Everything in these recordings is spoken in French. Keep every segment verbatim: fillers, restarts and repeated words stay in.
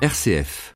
R C F.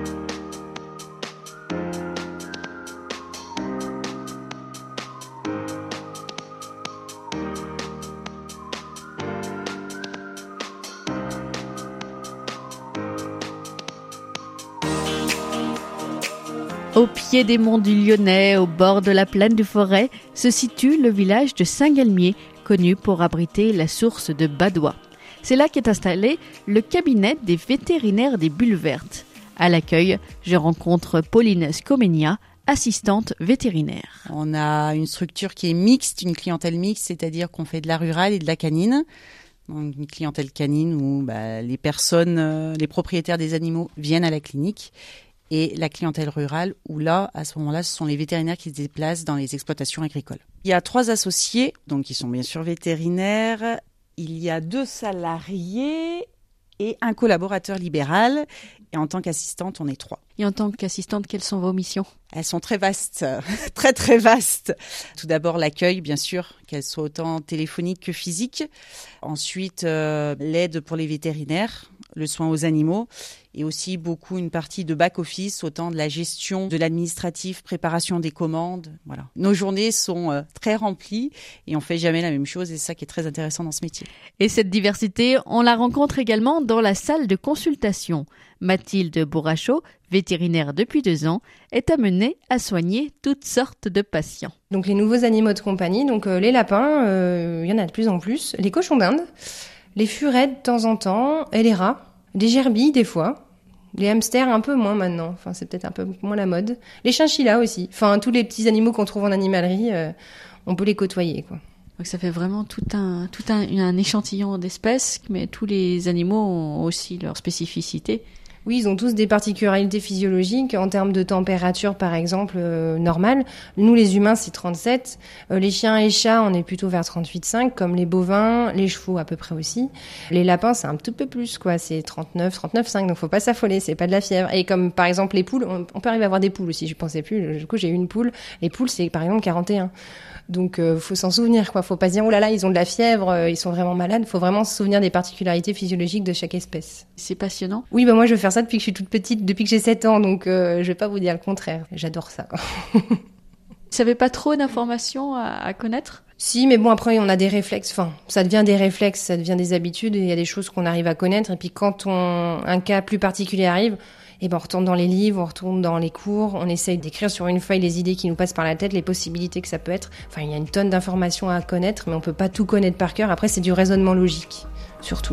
Au pied des monts du Lyonnais, au bord de la plaine du Forêt, se situe le village de Saint-Galmier, connu pour abriter la source de Badois. C'est là qu'est installé le cabinet des vétérinaires des Bulles Vertes. À l'accueil, je rencontre Pauline Scomenia, assistante vétérinaire. On a une structure qui est mixte, une clientèle mixte, c'est-à-dire qu'on fait de la rurale et de la canine. Donc une clientèle canine où bah, les personnes, euh, les propriétaires des animaux viennent à la clinique. Et la clientèle rurale, où là, à ce moment-là, ce sont les vétérinaires qui se déplacent dans les exploitations agricoles. Il y a trois associés, donc qui sont bien sûr vétérinaires. Il y a deux salariés et un collaborateur libéral. Et en tant qu'assistante, on est trois. Et en tant qu'assistante, quelles sont vos missions ? Elles sont très vastes, très très vastes. Tout d'abord l'accueil, bien sûr, qu'elle soit autant téléphonique que physique. Ensuite, euh, l'aide pour les vétérinaires, le soin aux animaux. Et aussi beaucoup une partie de back-office, autant de la gestion de l'administratif, préparation des commandes. Voilà. Nos journées sont euh, très remplies et on fait jamais la même chose et c'est ça qui est très intéressant dans ce métier. Et cette diversité, on la rencontre également dans la salle de consultation. Mathilde Bourrachot, vétérinaire depuis deux ans, est amenée à soigner toutes sortes de patients. Donc les nouveaux animaux de compagnie, donc euh, les lapins, il euh, y en a de plus en plus, les cochons d'Inde, les furets de temps en temps et les rats, des gerbilles des fois. Les hamsters, un peu moins maintenant. Enfin, c'est peut-être un peu moins la mode. Les chinchillas aussi. Enfin, tous les petits animaux qu'on trouve en animalerie, euh, on peut les côtoyer, quoi. Donc ça fait vraiment tout un, tout un, un échantillon d'espèces, mais tous les animaux ont aussi leur spécificité. Oui, ils ont tous des particularités physiologiques en termes de température, par exemple, euh, normale. Nous, les humains, c'est trente-sept. Euh, les chiens et chats, on est plutôt vers trente-huit virgule cinq, comme les bovins, les chevaux à peu près aussi. Les lapins, c'est un tout peu plus, quoi. C'est trente-neuf, trente-neuf virgule cinq, donc faut pas s'affoler, c'est pas de la fièvre. Et comme, par exemple, les poules, on, on peut arriver à avoir des poules aussi, je pensais plus. Du coup, j'ai eu une poule. Les poules, c'est par exemple quarante et un. Donc, euh, faut s'en souvenir, quoi. Faut pas se dire, oh là là, ils ont de la fièvre, euh, ils sont vraiment malades. Faut vraiment se souvenir des particularités physiologiques de chaque espèce. C'est passionnant. Oui, bah moi, je veux faire ça depuis que je suis toute petite, depuis que j'ai sept ans, donc euh, je vais pas vous dire le contraire. J'adore ça, quoi. Vous savez pas trop d'informations à, à connaître ? Si, mais bon, après, on a des réflexes. Enfin, ça devient des réflexes, ça devient des habitudes, et il y a des choses qu'on arrive à connaître. Et puis, quand on, un cas plus particulier arrive, et ben on retourne dans les livres, on retourne dans les cours, on essaye d'écrire sur une feuille les idées qui nous passent par la tête, les possibilités que ça peut être. Enfin, il y a une tonne d'informations à connaître, mais on peut pas tout connaître par cœur. Après, c'est du raisonnement logique, surtout.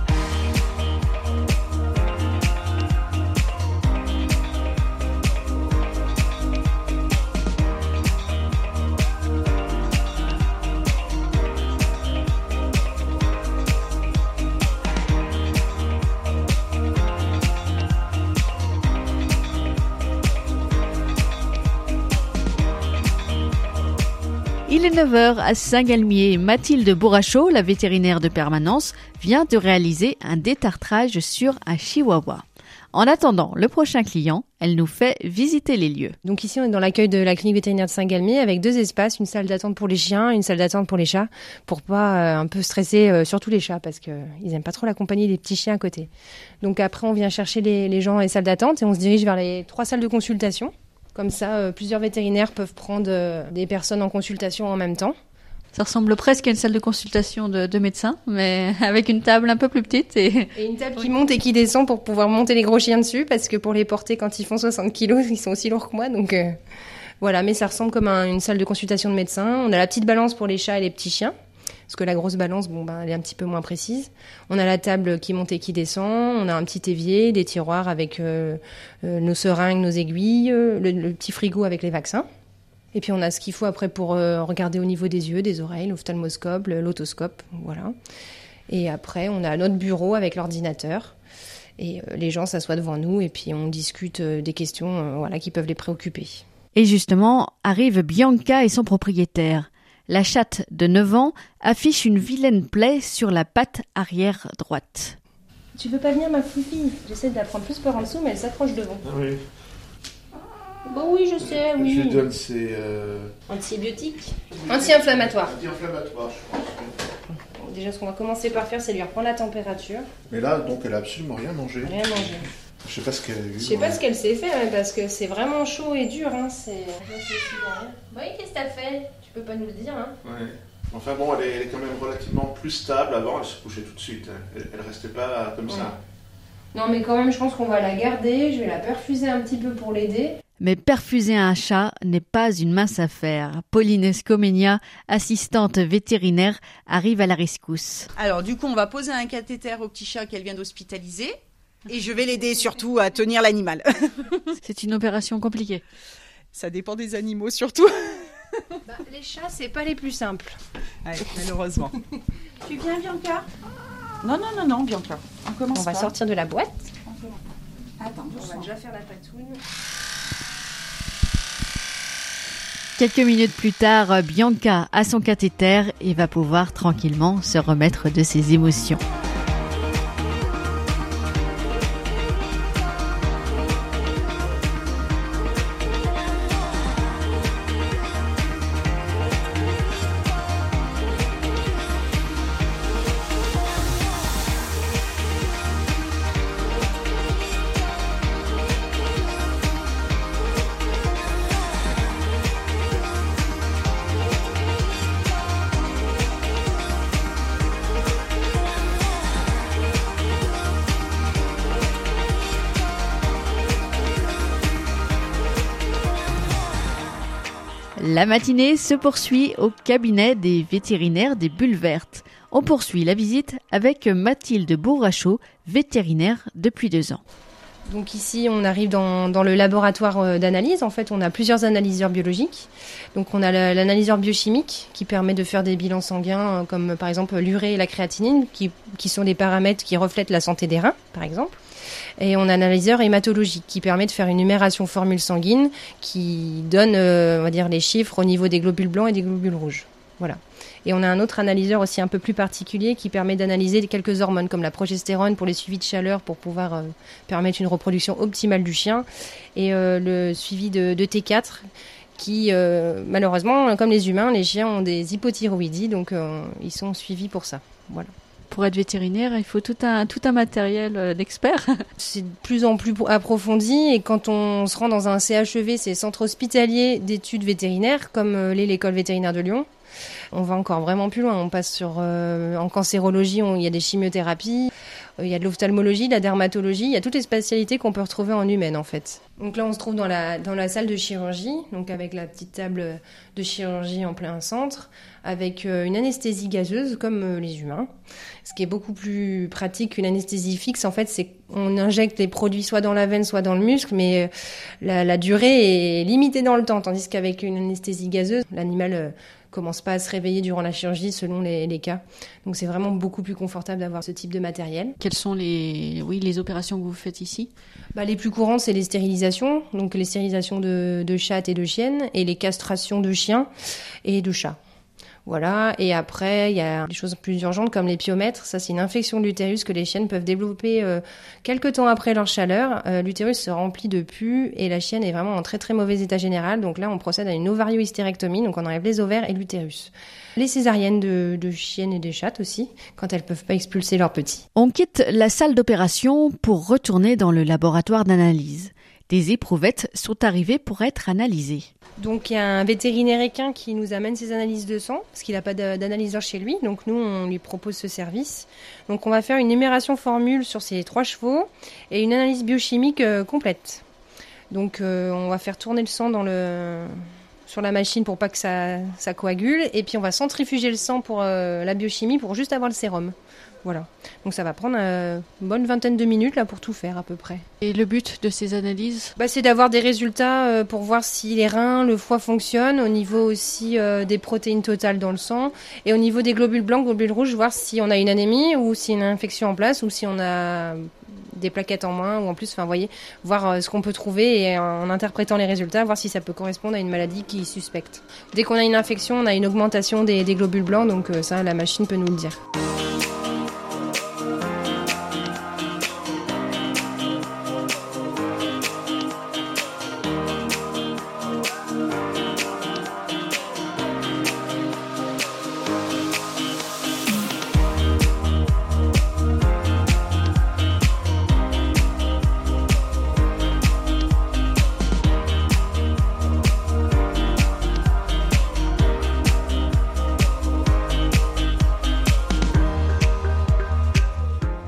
Il est neuf heures à Saint-Galmier. Mathilde Bourrachot, la vétérinaire de permanence, vient de réaliser un détartrage sur un chihuahua. En attendant le prochain client, elle nous fait visiter les lieux. Donc ici, on est dans l'accueil de la clinique vétérinaire de Saint-Galmier avec deux espaces, une salle d'attente pour les chiens, une salle d'attente pour les chats, pour pas euh, un peu stresser euh, surtout les chats parce que euh, ils aiment pas trop la compagnie des petits chiens à côté. Donc après, on vient chercher les, les gens dans les salles d'attente et on se dirige vers les trois salles de consultation. Comme ça, euh, plusieurs vétérinaires peuvent prendre euh, des personnes en consultation en même temps. Ça ressemble presque à une salle de consultation de, de médecins, mais avec une table un peu plus petite. Et, et une table qui monte et qui descend pour pouvoir monter les gros chiens dessus, parce que pour les porter quand ils font soixante kilos, ils sont aussi lourds que moi. Donc euh, voilà, mais ça ressemble comme à une salle de consultation de médecins. On a la petite balance pour les chats et les petits chiens, parce que la grosse balance, bon, ben, elle est un petit peu moins précise. On a la table qui monte et qui descend. On a un petit évier, des tiroirs avec euh, euh, nos seringues, nos aiguilles, euh, le, le petit frigo avec les vaccins. Et puis on a ce qu'il faut après pour euh, regarder au niveau des yeux, des oreilles, l'ophtalmoscope, l'autoscope, voilà. Et après, on a notre bureau avec l'ordinateur. Et euh, les gens s'assoient devant nous et puis on discute euh, des questions euh, voilà, qui peuvent les préoccuper. Et justement, arrive Bianca et son propriétaire. La chatte de neuf ans affiche une vilaine plaie sur la patte arrière droite. Tu veux pas venir, ma foufille ? J'essaie de la prendre plus par en dessous, mais elle s'accroche devant. Ah oui. Bon, oui, je sais, oui. Je lui donne ses... Euh... Antibiotiques. Anti-inflammatoires. Anti-inflammatoires, je pense. Bon, déjà, ce qu'on va commencer par faire, c'est lui reprendre la température. Mais là, donc, elle a absolument rien mangé. Rien mangé. Je sais pas ce qu'elle a eu. Je sais pas ouais. ce qu'elle s'est fait, hein, parce que c'est vraiment chaud et dur. Hein, c'est... Oui, qu'est-ce que t'as fait? Tu peux pas nous le dire. Hein. Ouais. Enfin bon, elle est, elle est quand même relativement plus stable. Avant, elle se couchait tout de suite. hein. Elle, elle restait pas comme Ouais. ça. Non, mais quand même, je pense qu'on va la garder. Je vais la perfuser un petit peu pour l'aider. Mais perfuser un chat n'est pas une mince affaire. Pauline Escomenia, assistante vétérinaire, arrive à la rescousse. Alors du coup, on va poser un cathéter au petit chat qu'elle vient d'hospitaliser. Et je vais l'aider surtout à tenir l'animal. C'est une opération compliquée. Ça dépend des animaux surtout. Bah, les chats, c'est pas les plus simples. Ouais, malheureusement. Tu viens, Bianca? Non, non, non, non, Bianca. On commence On va pas. sortir de la boîte. Attends, On va déjà faire la patouille. Quelques minutes plus tard, Bianca a son cathéter et va pouvoir tranquillement se remettre de ses émotions. La matinée se poursuit au cabinet des vétérinaires des Bulles Vertes. On poursuit la visite avec Mathilde Bourrachot, vétérinaire depuis deux ans. Donc ici, on arrive dans, dans le laboratoire d'analyse. En fait, on a plusieurs analyseurs biologiques. Donc on a l'analyseur biochimique qui permet de faire des bilans sanguins comme par exemple l'urée et la créatinine qui, qui sont des paramètres qui reflètent la santé des reins, par exemple. Et on a un analyseur hématologique qui permet de faire une numération formule sanguine qui donne, euh, on va dire, les chiffres au niveau des globules blancs et des globules rouges. Voilà. Et on a un autre analyseur aussi un peu plus particulier qui permet d'analyser quelques hormones comme la progestérone pour les suivis de chaleur pour pouvoir euh, permettre une reproduction optimale du chien et euh, le suivi de, de T quatre qui, euh, malheureusement, comme les humains, les chiens ont des hypothyroïdies, donc euh, ils sont suivis pour ça. Voilà. Pour être vétérinaire, il faut tout un, tout un matériel d'expert. C'est de plus en plus approfondi et quand on se rend dans un C H E V, c'est Centre hospitalier d'études vétérinaires, comme euh, l'est l'école vétérinaire de Lyon, on va encore vraiment plus loin. On passe sur euh, en cancérologie, il y a des chimiothérapies, il euh, y a de l'ophtalmologie, de la dermatologie, il y a toutes les spécialités qu'on peut retrouver en humaine en fait. Donc là, on se trouve dans la dans la salle de chirurgie, donc avec la petite table de chirurgie en plein centre, avec euh, une anesthésie gazeuse comme euh, les humains. Ce qui est beaucoup plus pratique qu'une anesthésie fixe, en fait, c'est qu'on injecte les produits soit dans la veine, soit dans le muscle, mais euh, la, la durée est limitée dans le temps, tandis qu'avec une anesthésie gazeuse, l'animal euh, commence pas à se réveiller durant la chirurgie selon les, les cas. Donc c'est vraiment beaucoup plus confortable d'avoir ce type de matériel. Quelles sont les, oui, les opérations que vous faites ici ? Bah, les plus courantes, c'est les stérilisations, donc les stérilisations de, de chattes et de chiennes, et les castrations de chiens et de chats. Voilà, et après, il y a des choses plus urgentes comme les pyomètres. Ça, c'est une infection de l'utérus que les chiennes peuvent développer euh, quelques temps après leur chaleur. Euh, l'utérus se remplit de pus et la chienne est vraiment en très très mauvais état général. Donc là, on procède à une ovariohystérectomie, donc on enlève les ovaires et l'utérus. Les césariennes de, de chiennes et des chattes aussi, quand elles peuvent pas expulser leurs petits. On quitte la salle d'opération pour retourner dans le laboratoire d'analyse. Des éprouvettes sont arrivées pour être analysées. Donc il y a un vétérinaire équin qui nous amène ses analyses de sang, parce qu'il n'a pas d'analyseur chez lui, donc nous on lui propose ce service. Donc on va faire une numération formule sur ces trois chevaux et une analyse biochimique euh, complète. Donc euh, on va faire tourner le sang dans le... sur la machine pour pas que ça, ça coagule, et puis on va centrifuger le sang pour euh, la biochimie pour juste avoir le sérum. Voilà. Donc ça va prendre euh, une bonne vingtaine de minutes là pour tout faire à peu près. Et le but de ces analyses ? Bah, c'est d'avoir des résultats euh, pour voir si les reins, le foie fonctionnent, au niveau aussi euh, des protéines totales dans le sang, et au niveau des globules blancs, globules rouges, voir si on a une anémie ou si on a une infection en place ou si on a des plaquettes en moins ou en plus, enfin, vous voyez, voir euh, ce qu'on peut trouver et en interprétant les résultats, voir si ça peut correspondre à une maladie qui est suspecte. Dès qu'on a une infection, on a une augmentation des, des globules blancs, donc euh, ça, la machine peut nous le dire.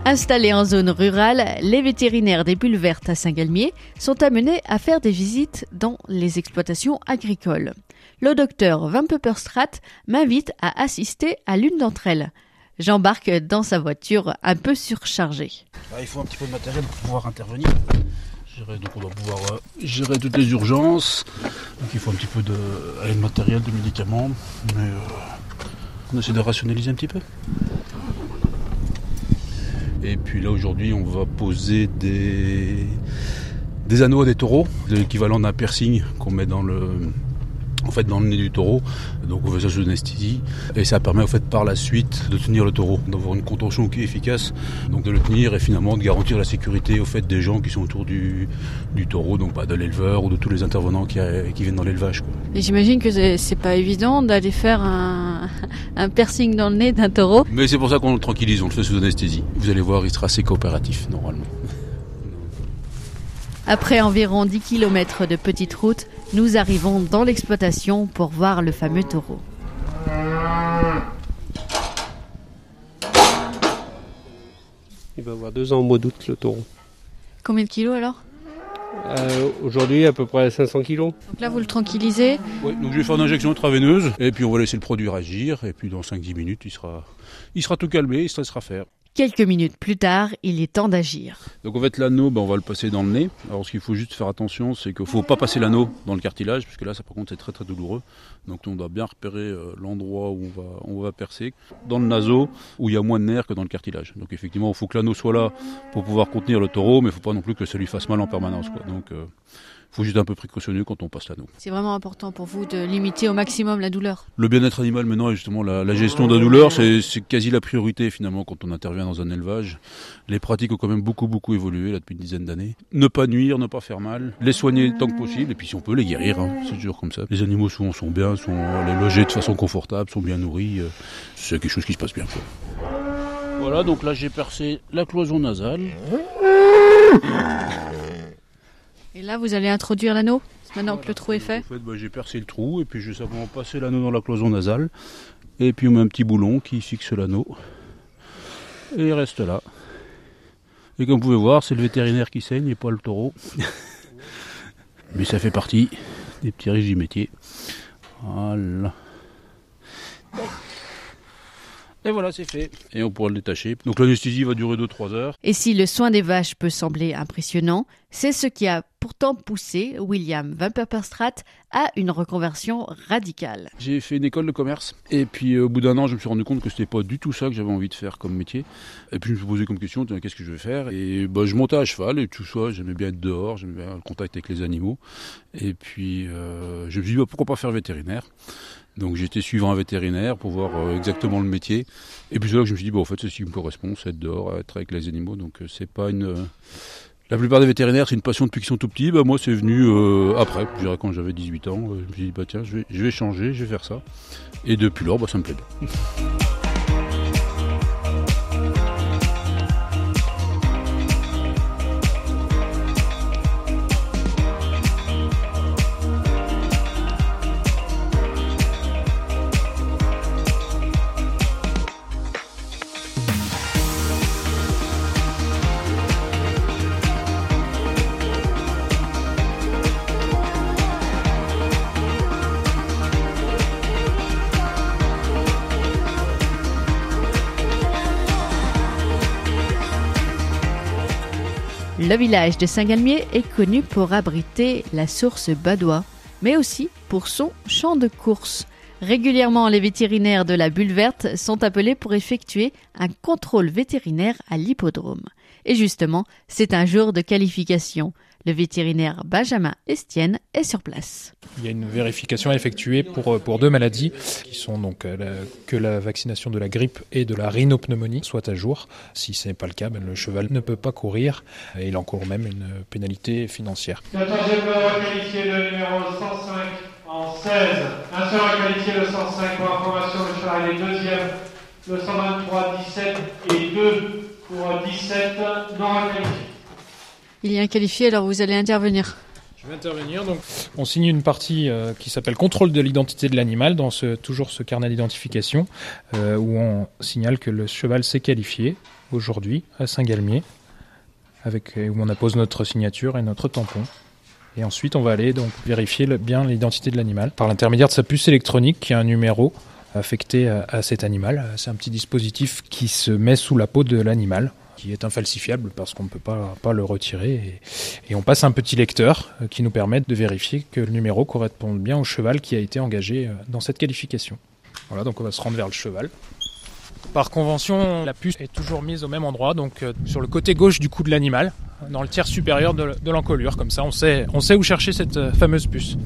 Installés en zone rurale, les vétérinaires des Bulles Vertes à Saint-Galmier sont amenés à faire des visites dans les exploitations agricoles. Le docteur Van Pepperstraat m'invite à assister à l'une d'entre elles. J'embarque dans sa voiture un peu surchargée. Là, il faut un petit peu de matériel pour pouvoir intervenir. Gérer, donc on doit pouvoir euh, gérer toutes les urgences. Donc il faut un petit peu de, de matériel, de médicaments. Mais euh, on essaie de rationaliser un petit peu. Et puis là aujourd'hui on va poser des, des anneaux à des taureaux, l'équivalent d'un piercing qu'on met dans le, en fait, dans le nez du taureau, donc au faisage d'anesthésie. Et ça permet en fait par la suite de tenir le taureau, d'avoir une contention qui est efficace, donc de le tenir et finalement de garantir la sécurité au fait des gens qui sont autour du, du taureau, donc bah, de l'éleveur ou de tous les intervenants qui, a, qui viennent dans l'élevage, quoi. Et j'imagine que c'est, c'est pas évident d'aller faire un, un piercing dans le nez d'un taureau. Mais c'est pour ça qu'on le tranquillise, on le fait sous anesthésie. Vous allez voir, il sera assez coopératif normalement. Après environ dix kilomètres de petite route, nous arrivons dans l'exploitation pour voir le fameux taureau. Il va avoir deux ans au mois d'août, le taureau. Combien de kilos alors ? euh, Aujourd'hui, à peu près cinq cents kilos. Donc là, vous le tranquillisez ? Oui, donc je vais faire une injection intraveineuse, et puis on va laisser le produit agir, et puis dans cinq à dix minutes, il sera, il sera tout calmé, il se laissera faire. Quelques minutes plus tard, il est temps d'agir. Donc en fait l'anneau, ben, on va le passer dans le nez. Alors ce qu'il faut juste faire attention, c'est qu'il ne faut pas passer l'anneau dans le cartilage, puisque là ça par contre c'est très très douloureux. Donc on doit bien repérer euh, l'endroit où on va, on va percer. Dans le naseau, où il y a moins de nerfs que dans le cartilage. Donc effectivement il faut que l'anneau soit là pour pouvoir contenir le taureau, mais il ne faut pas non plus que ça lui fasse mal en permanence, quoi. Donc il euh, faut juste un peu précautionneux quand on passe l'anneau. C'est vraiment important pour vous de limiter au maximum la douleur. Le bien-être animal maintenant, et justement la, la gestion de la douleur, c'est, c'est quasi la priorité finalement quand on intervient dans un élevage. Les pratiques ont quand même beaucoup beaucoup évolué là depuis une dizaine d'années. Ne pas nuire, ne pas faire mal, les soigner tant que possible, et puis si on peut les guérir, hein, c'est toujours comme ça. Les animaux souvent sont bien, sont les logés de façon confortable, sont bien nourris, euh, c'est quelque chose qui se passe bien, quoi. Voilà, donc là j'ai percé la cloison nasale. Et là, vous allez introduire l'anneau, maintenant voilà, que le trou est fait. En fait, bah, j'ai percé le trou et puis je vais simplement passer l'anneau dans la cloison nasale. Et puis on met un petit boulon qui fixe l'anneau. Et il reste là. Et comme vous pouvez voir, c'est le vétérinaire qui saigne et pas le taureau. Mais ça fait partie des petits riches du métier. Voilà. Et voilà, c'est fait. Et on pourra le détacher. Donc l'anesthésie va durer deux à trois heures. Et si le soin des vaches peut sembler impressionnant, c'est ce qui a pourtant poussé William Van Pepperstraat à une reconversion radicale. J'ai fait une école de commerce. Et puis au bout d'un an, je me suis rendu compte que c'était pas du tout ça que j'avais envie de faire comme métier. Et puis je me suis posé comme question, qu'est-ce que je vais faire ? Et bah, je montais à cheval et tout ça, j'aimais bien être dehors, j'aimais bien le contact avec les animaux. Et puis euh, je me suis dit, bah, pourquoi pas faire vétérinaire ? Donc j'ai été suivant un vétérinaire pour voir euh, exactement le métier. Et puis c'est là que je me suis dit, bah, en fait c'est ce qui me correspond, c'est être dehors, être avec les animaux. Donc euh, c'est pas une... Euh... La plupart des vétérinaires, c'est une passion depuis qu'ils sont tout petits. Bah, moi c'est venu euh, après, je dirais quand j'avais dix-huit ans. Euh, je me suis dit, bah, tiens, je vais, je vais changer, je vais faire ça. Et depuis lors, bah, ça me plaît bien. Le village de Saint-Galmier est connu pour abriter la source Badois, mais aussi pour son champ de course. Régulièrement, les vétérinaires de la Bulle Verte sont appelés pour effectuer un contrôle vétérinaire à l'hippodrome. Et justement, c'est un jour de qualification. Le vétérinaire Benjamin Estienne est sur place. Il y a une vérification effectuée pour, pour deux maladies qui sont donc la, que la vaccination de la grippe et de la rhinopneumonie soit à jour. Si ce n'est pas le cas, ben le cheval ne peut pas courir et il encourt même une pénalité financière. quatorzième qualifié le numéro cent cinq en seize. Un seul qualifié le cent cinq pour information, le cheval est deuxième. Le cent vingt-trois dix-sept et deux pour dix-sept non qualifiés. Il y a un qualifié, alors vous allez intervenir. Je vais intervenir. Donc, on signe une partie euh, qui s'appelle contrôle de l'identité de l'animal dans ce, toujours ce carnet d'identification euh, où on signale que le cheval s'est qualifié aujourd'hui à Saint-Galmier, avec, où on appose notre signature et notre tampon. Et ensuite, on va aller donc vérifier le, bien l'identité de l'animal par l'intermédiaire de sa puce électronique qui a un numéro affecté à, à cet animal. C'est un petit dispositif qui se met sous la peau de l'animal, qui est infalsifiable parce qu'on ne peut pas, pas le retirer. Et, et on passe un petit lecteur qui nous permet de vérifier que le numéro correspond bien au cheval qui a été engagé dans cette qualification. Voilà, donc on va se rendre vers le cheval. Par convention, la puce est toujours mise au même endroit, donc euh, sur le côté gauche du cou de l'animal, dans le tiers supérieur de, de l'encolure. Comme ça, on sait, on sait où chercher cette euh, fameuse puce.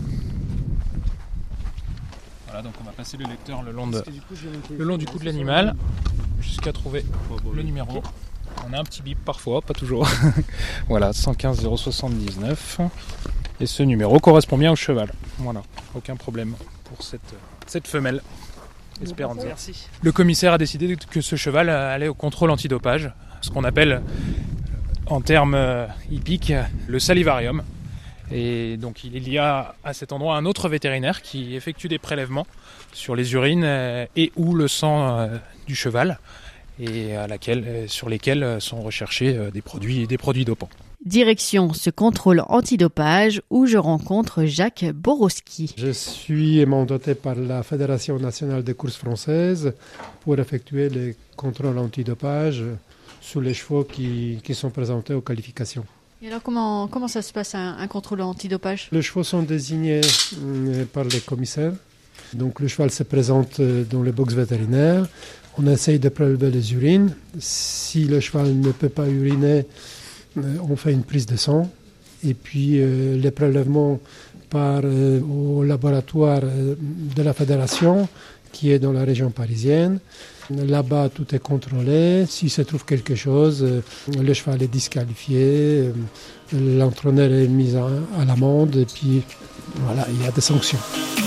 Voilà, donc on va passer le lecteur le long, de, le long du cou de l'animal jusqu'à trouver le numéro. On a un petit bip parfois, pas toujours. Voilà, cent quinze zéro soixante-dix-neuf. Et ce numéro correspond bien au cheval. Voilà, aucun problème pour cette, cette femelle. Espérance. Merci. Le commissaire a décidé que ce cheval allait au contrôle antidopage, ce qu'on appelle en termes hippiques le salivarium. Et donc il y a à cet endroit un autre vétérinaire qui effectue des prélèvements sur les urines et ou le sang du cheval, et à laquelle, sur lesquels sont recherchés des produits, des produits dopants. Direction ce contrôle antidopage où je rencontre Jacques Borowski. Je suis mandaté par la Fédération nationale des courses françaises pour effectuer les contrôles antidopage sur les chevaux qui, qui sont présentés aux qualifications. Et alors comment, comment ça se passe un, un contrôle antidopage ? Les chevaux sont désignés par les commissaires. Donc le cheval se présente dans les box vétérinaires. On essaye de prélever les urines. Si le cheval ne peut pas uriner, on fait une prise de sang et puis euh, les prélèvements par euh, au laboratoire euh, de la fédération qui est dans la région parisienne. Là-bas, tout est contrôlé. Si se trouve quelque chose, euh, le cheval est disqualifié, euh, l'entraîneur est mis à, à l'amende et puis voilà, il y a des sanctions.